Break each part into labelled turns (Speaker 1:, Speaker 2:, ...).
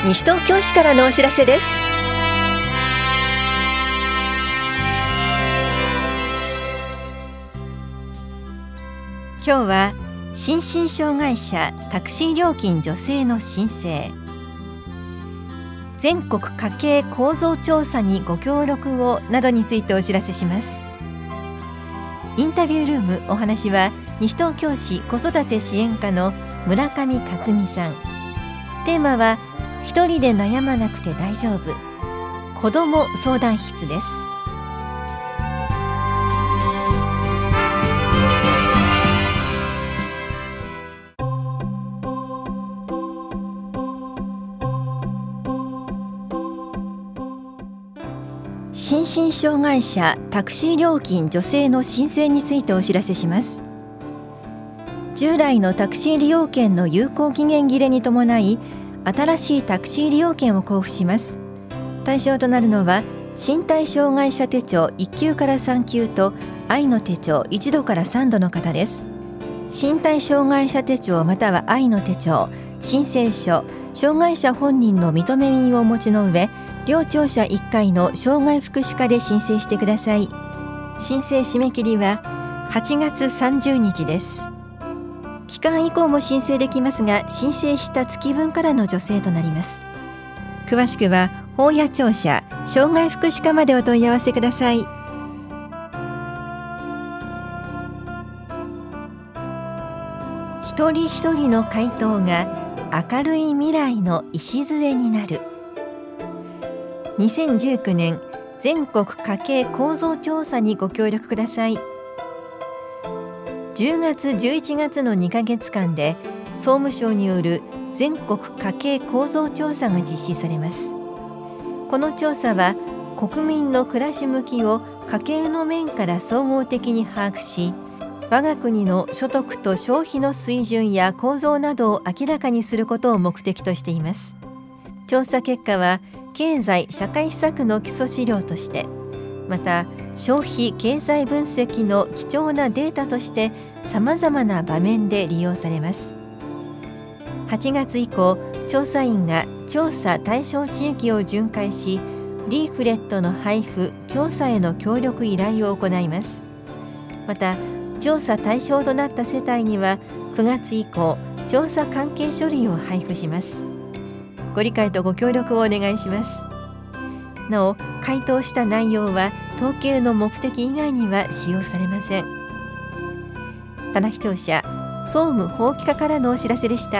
Speaker 1: 西東京市からのお知らせです。今日は心身障害者タクシー料金助成の申請、全国家計構造調査にご協力をなどについてお知らせします。インタビュールーム、お話は西東京市子育て支援課の村上克美さん。テーマは一人で悩まなくて大丈夫、子ども相談室です。心身障害者タクシー料金助成の申請についてお知らせします。従来のタクシー利用券の有効期限切れに伴い、新しいタクシー利用券を交付します。対象となるのは身体障害者手帳1級から3級と愛の手帳1度から3度の方です。身体障害者手帳または愛の手帳、申請書、障害者本人の認め印をお持ちの上、両庁舎1回の障害福祉課で申請してください。申請締め切りは8月30日です。期間以降も申請できますが、申請した月分からの助成となります。詳しくは保谷庁舎障害福祉課までお問い合わせください。一人一人の回答が明るい未来の礎になる。2019年全国家計構造調査にご協力ください。10月11月の2ヶ月間で総務省による全国家計構造調査が実施されます。この調査は国民の暮らし向きを家計の面から総合的に把握し、我が国の所得と消費の水準や構造などを明らかにすることを目的としています。調査結果は経済社会施策の基礎資料として、また消費経済分析の貴重なデータとしてさまざまな場面で利用されます。8月以降、調査員が調査対象地域を巡回し、リーフレットの配布、調査への協力依頼を行います。また調査対象となった世帯には9月以降、調査関係書類を配布します。ご理解とご協力をお願いします。なお、回答した内容は統計の目的以外には使用されません。棚視聴者総務法規課からのお知らせでした。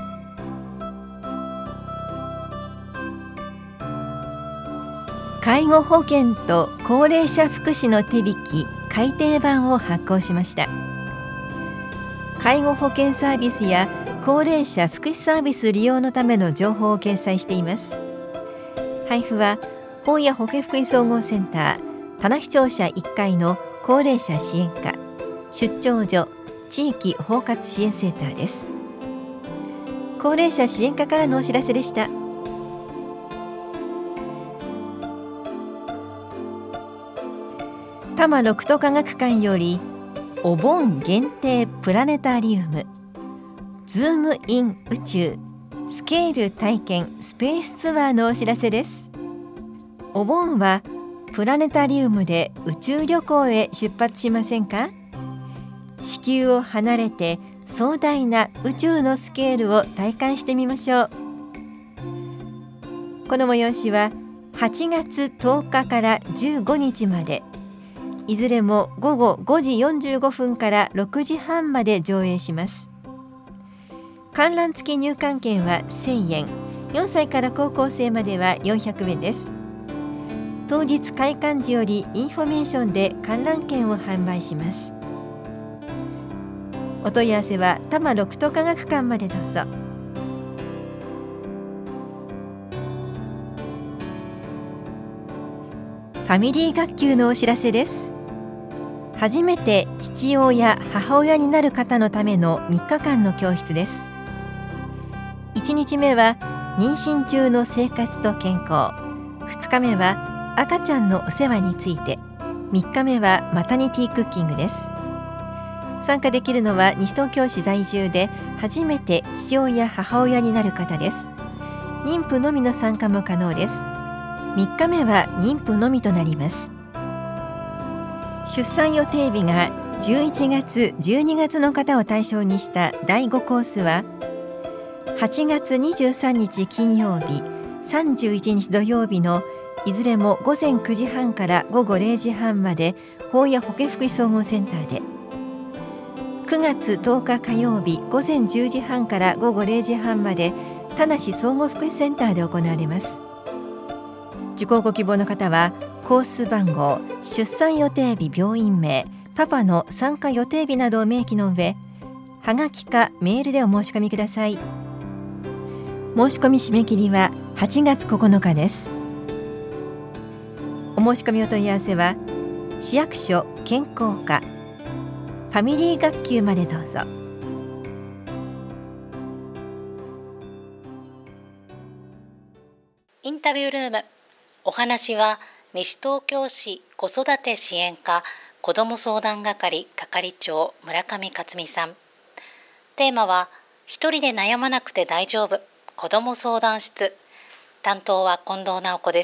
Speaker 1: 介護保険と高齢者福祉の手引き改訂版を発行しました。介護保険サービスや高齢者福祉サービス利用のための情報を掲載しています。配布は保谷保健福祉総合センター棚視聴者1階の高齢者支援課出張所地域包括支援センターです。高齢者支援課からのお知らせでした。多摩六都科学館よりお盆限定プラネタリウムズームイン宇宙スケール体験スペースツアーのお知らせです。お盆はプラネタリウムで宇宙旅行へ出発しませんか？地球を離れて壮大な宇宙のスケールを体感してみましょう。この催しは8月10日から15日まで、いずれも午後5時45分から6時半まで上映します。観覧付き入館券は1000円、4歳から高校生までは400円です。当日開館時よりインフォメーションで観覧券を販売します。お問い合わせは多摩六都科学館までどうぞ。ファミリー学級のお知らせです。初めて父親・母親になる方のための3日間の教室です。1日目は妊娠中の生活と健康、2日目は赤ちゃんのお世話について、3日目はマタニティクッキングです。参加できるのは西東京市在住で初めて父親・母親になる方です。 妊婦のみの参加も可能です。3日目は妊婦のみとなります。出産予定日が11月、12月の方を対象にした第5コースは、8月23日金曜日、31日土曜日のいずれも午前9時半から午後0時半まで保谷保健福祉総合センターで、9月10日火曜日午前10時半から午後0時半まで田無総合福祉センターで行われます。受講ご希望の方はコース番号、出産予定日、病院名、パパの参加予定日などを明記の上、はがきかメールでお申し込みください。申し込み締め切りは8月9日です。お申し込みお問い合わせは市役所健康課ファミリー学級までどうぞ。
Speaker 2: インタビュールーム。お話は西東京市子育て支援課子ども相談係係長村上克美さん。テーマは一人で悩まなくて大丈夫子ども相談室。担当は近藤直子です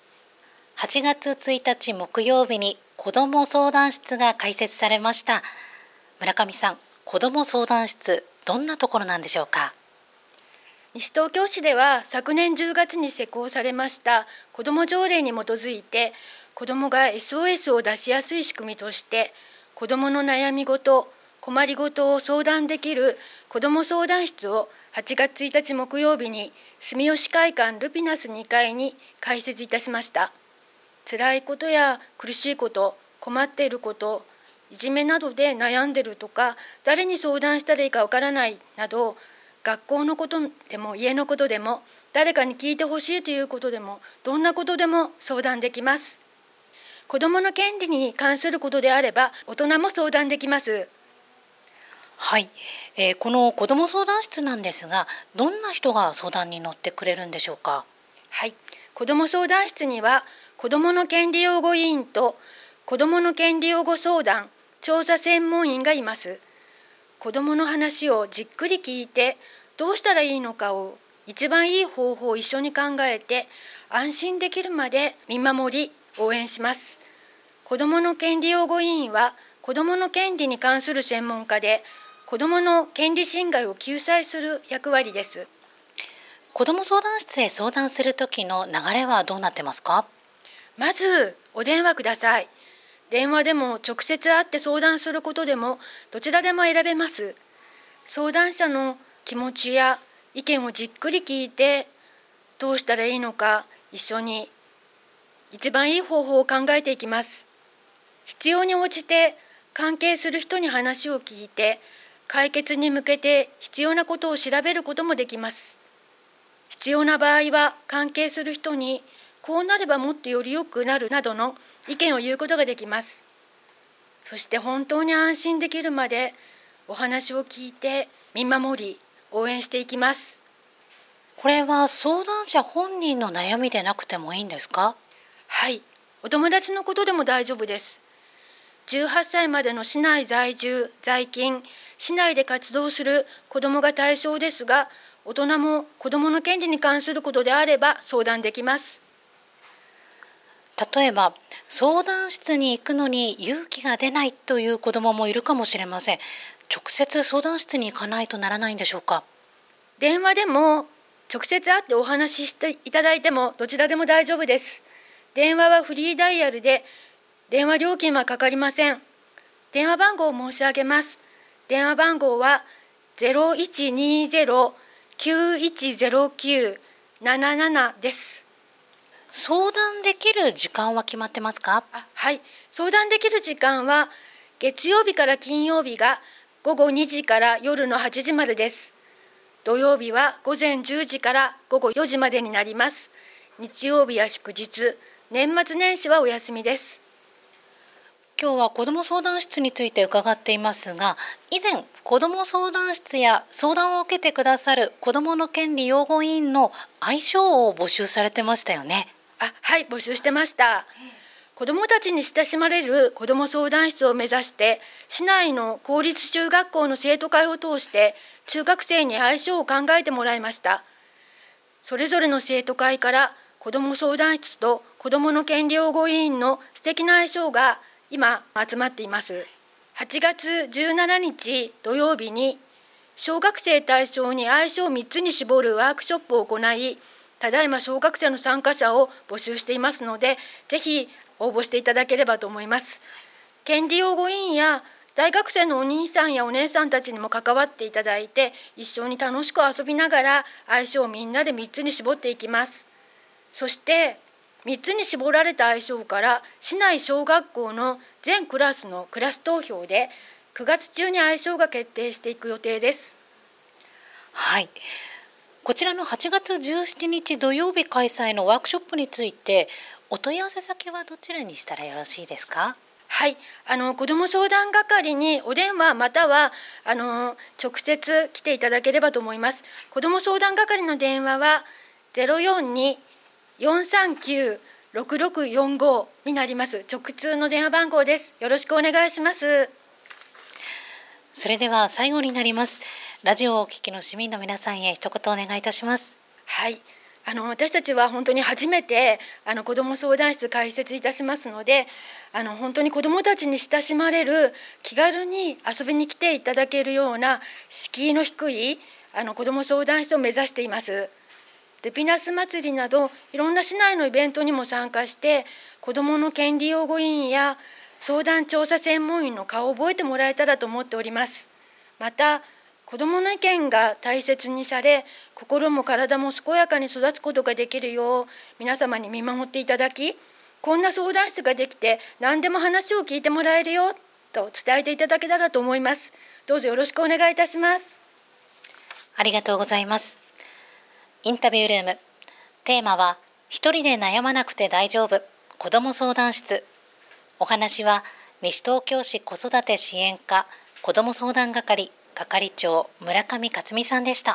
Speaker 2: 。8月1日木曜日に子ども相談室が開設されました。村上さん、子ども相談室、どんなところなんでしょうか。
Speaker 3: 西東京市では昨年10月に施行されました子ども条例に基づいて、子どもが SOS を出しやすい仕組みとして、子どもの悩み事、困りごとを相談できる子ども相談室を8月1日木曜日に住吉会館ルピナス2階に開設いたしました。辛いことや苦しいこと、困っていること、いじめなどで悩んでるとか、誰に相談したらいいかわからないなど、学校のことでも家のことでも、誰かに聞いてほしいということでも、どんなことでも相談できます。子どもの権利に関することであれば、大人も相談できます。
Speaker 2: はい、この子ども相談室なんですが、どんな人が相談に乗ってくれるんでしょうか。
Speaker 3: はい、子ども相談室には子どもの権利擁護委員と子どもの権利擁護相談調査専門員がいます。子どもの話をじっくり聞いて、どうしたらいいのかを一番いい方法を一緒に考えて、安心できるまで見守り応援します。子どもの権利擁護委員は子どもの権利に関する専門家で、子どもの権利侵害を救済する役割です。
Speaker 2: 子ども相談室へ相談する時の流れはどうなってますか。
Speaker 3: まずお電話ください。電話でも直接会って相談することでもどちらでも選べます。相談者の気持ちや意見をじっくり聞いて、どうしたらいいのか一緒に一番いい方法を考えていきます。必要に応じて関係する人に話を聞いて、解決に向けて必要なことを調べることもできます。必要な場合は関係する人にこうなればもっとより良くなるなどの意見を言うことができます。そして本当に安心できるまでお話を聞いて見守り応援していきます。
Speaker 2: これは相談者本人の悩みでなくてもいいんですか。
Speaker 3: はい、お友達のことでも大丈夫です。18歳までの市内在住、在勤、市内で活動する子どもが対象ですが、大人も子どもの権利に関することであれば相談できます。
Speaker 2: 例えば相談室に行くのに勇気が出ないという子どももいるかもしれません。直接相談室に行かないとならないんでしょうか。
Speaker 3: 電話でも直接会ってお話ししていただいてもどちらでも大丈夫です。電話はフリーダイヤルで電話料金はかかりません。電話番号を申し上げます。電話番号は 0120-9109-77 です。
Speaker 2: 相談できる時間は決まってますか。
Speaker 3: はい、相談できる時間は月曜日から金曜日が午後2時から夜の8時までです。土曜日は午前10時から午後4時までになります。日曜日や祝日、年末年始はお休みです。
Speaker 2: 今日は子ども相談室について伺っていますが、以前子ども相談室や相談を受けてくださる子どもの権利擁護委員の愛称を募集されてましたよね。
Speaker 3: はい、募集してました。子どもたちに親しまれる子ども相談室を目指して、市内の公立中学校の生徒会を通して中学生に愛称を考えてもらいました。 それぞれの生徒会から子ども相談室と子どもの権利擁護委員の素敵な愛称が今集まっています。8月17日土曜日に小学生対象に愛称を3つに絞るワークショップを行い、ただいま小学生の参加者を募集していますので、ぜひ応募していただければと思います。権利擁護委員や大学生のお兄さんやお姉さんたちにも関わっていただいて、一緒に楽しく遊びながら愛称をみんなで3つに絞っていきます。そして3つに絞られた愛称から市内小学校の全クラスのクラス投票で9月中に愛称が決定していく予定です。
Speaker 2: はい、こちらの8月17日土曜日開催のワークショップについてお問い合わせ先はどちらにしたらよろしいですか？
Speaker 3: はい、子ども相談係にお電話または直接来ていただければと思います。子ども相談係の電話は 042-439-6645 になります。直通の電話番号です。よろしくお願いします。
Speaker 2: それでは最後になります。ラジオをお聞きの市民の皆さんへ一言お願いいたします。
Speaker 3: はい、私たちは本当に初めて子ども相談室開設いたしますので、本当に子どもたちに親しまれる、気軽に遊びに来ていただけるような敷居の低い子ども相談室を目指しています。ルピナス祭りなどいろんな市内のイベントにも参加して、子どもの権利擁護委員や相談調査専門員の顔を覚えてもらえたらと思っております。また子どもの意見が大切にされ、心も体も健やかに育つことができるよう皆様に見守っていただき、こんな相談室ができて何でも話を聞いてもらえるよと伝えていただけたらと思います。どうぞよろしくお願いいたします。
Speaker 2: ありがとうございます。インタビュールーム、テーマは一人で悩まなくて大丈夫、子ども相談室。お話は西東京市子育て支援課子ども相談係係長村上克美さんでした。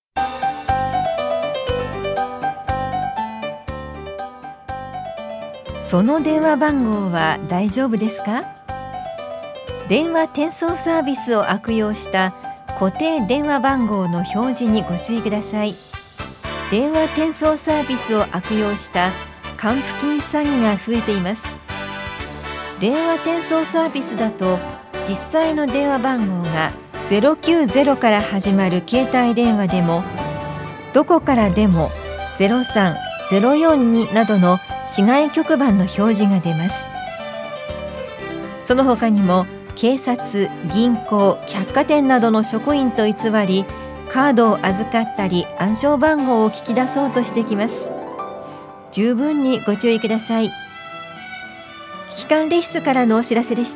Speaker 1: その電話番号は大丈夫ですか？電話転送サービスを悪用した固定電話番号の表示にご注意ください。電話転送サービスを悪用した還付金詐欺が増えています。電話転送サービスだと実際の電話番号が090から始まる携帯電話でも、どこからでも03、042などの市外局番の表示が出ます。その他にも警察、銀行、百貨店などの職員と偽り、カードを預かったり暗証番号を聞き出そうとしてきます。十分にご注意ください。危機管理室からのお知らせでした。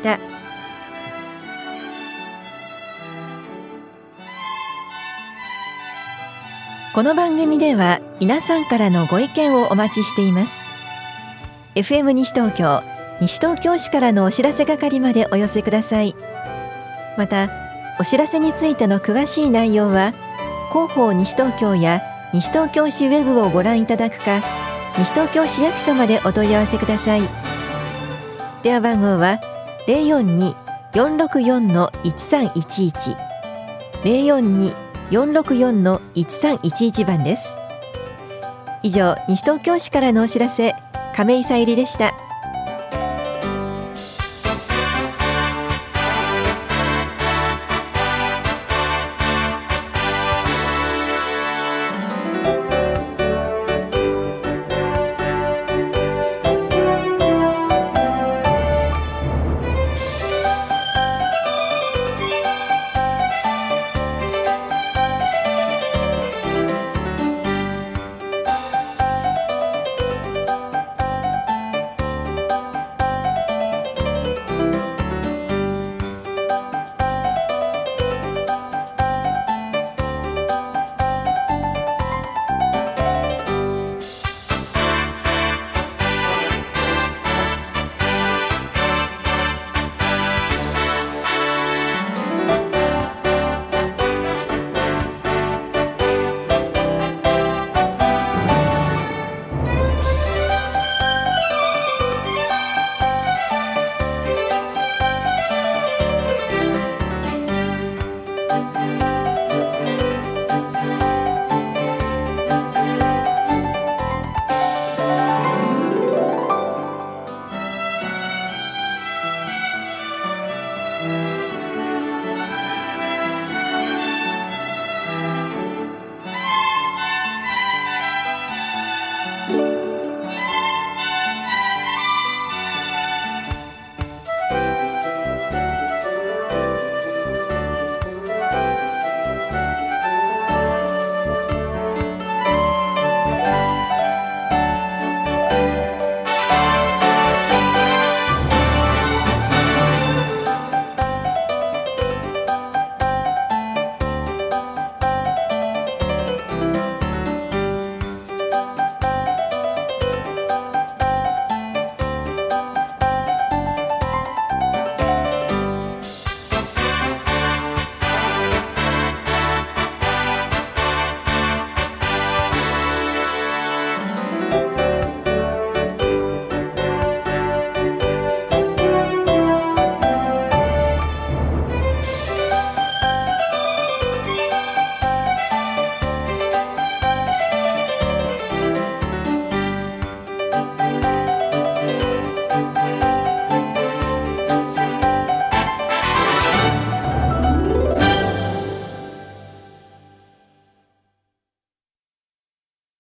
Speaker 1: この番組では皆さんからのご意見をお待ちしています。FM 西東京、西東京市からのお知らせ係までお寄せください。また、お知らせについての詳しい内容は、広報西東京や西東京市ウェブをご覧いただくか、西東京市役所までお問い合わせください。電話番号は 042-464-1311 042-464-1311 番です。以上、西東京市からのお知らせ、亀井さゆりでした。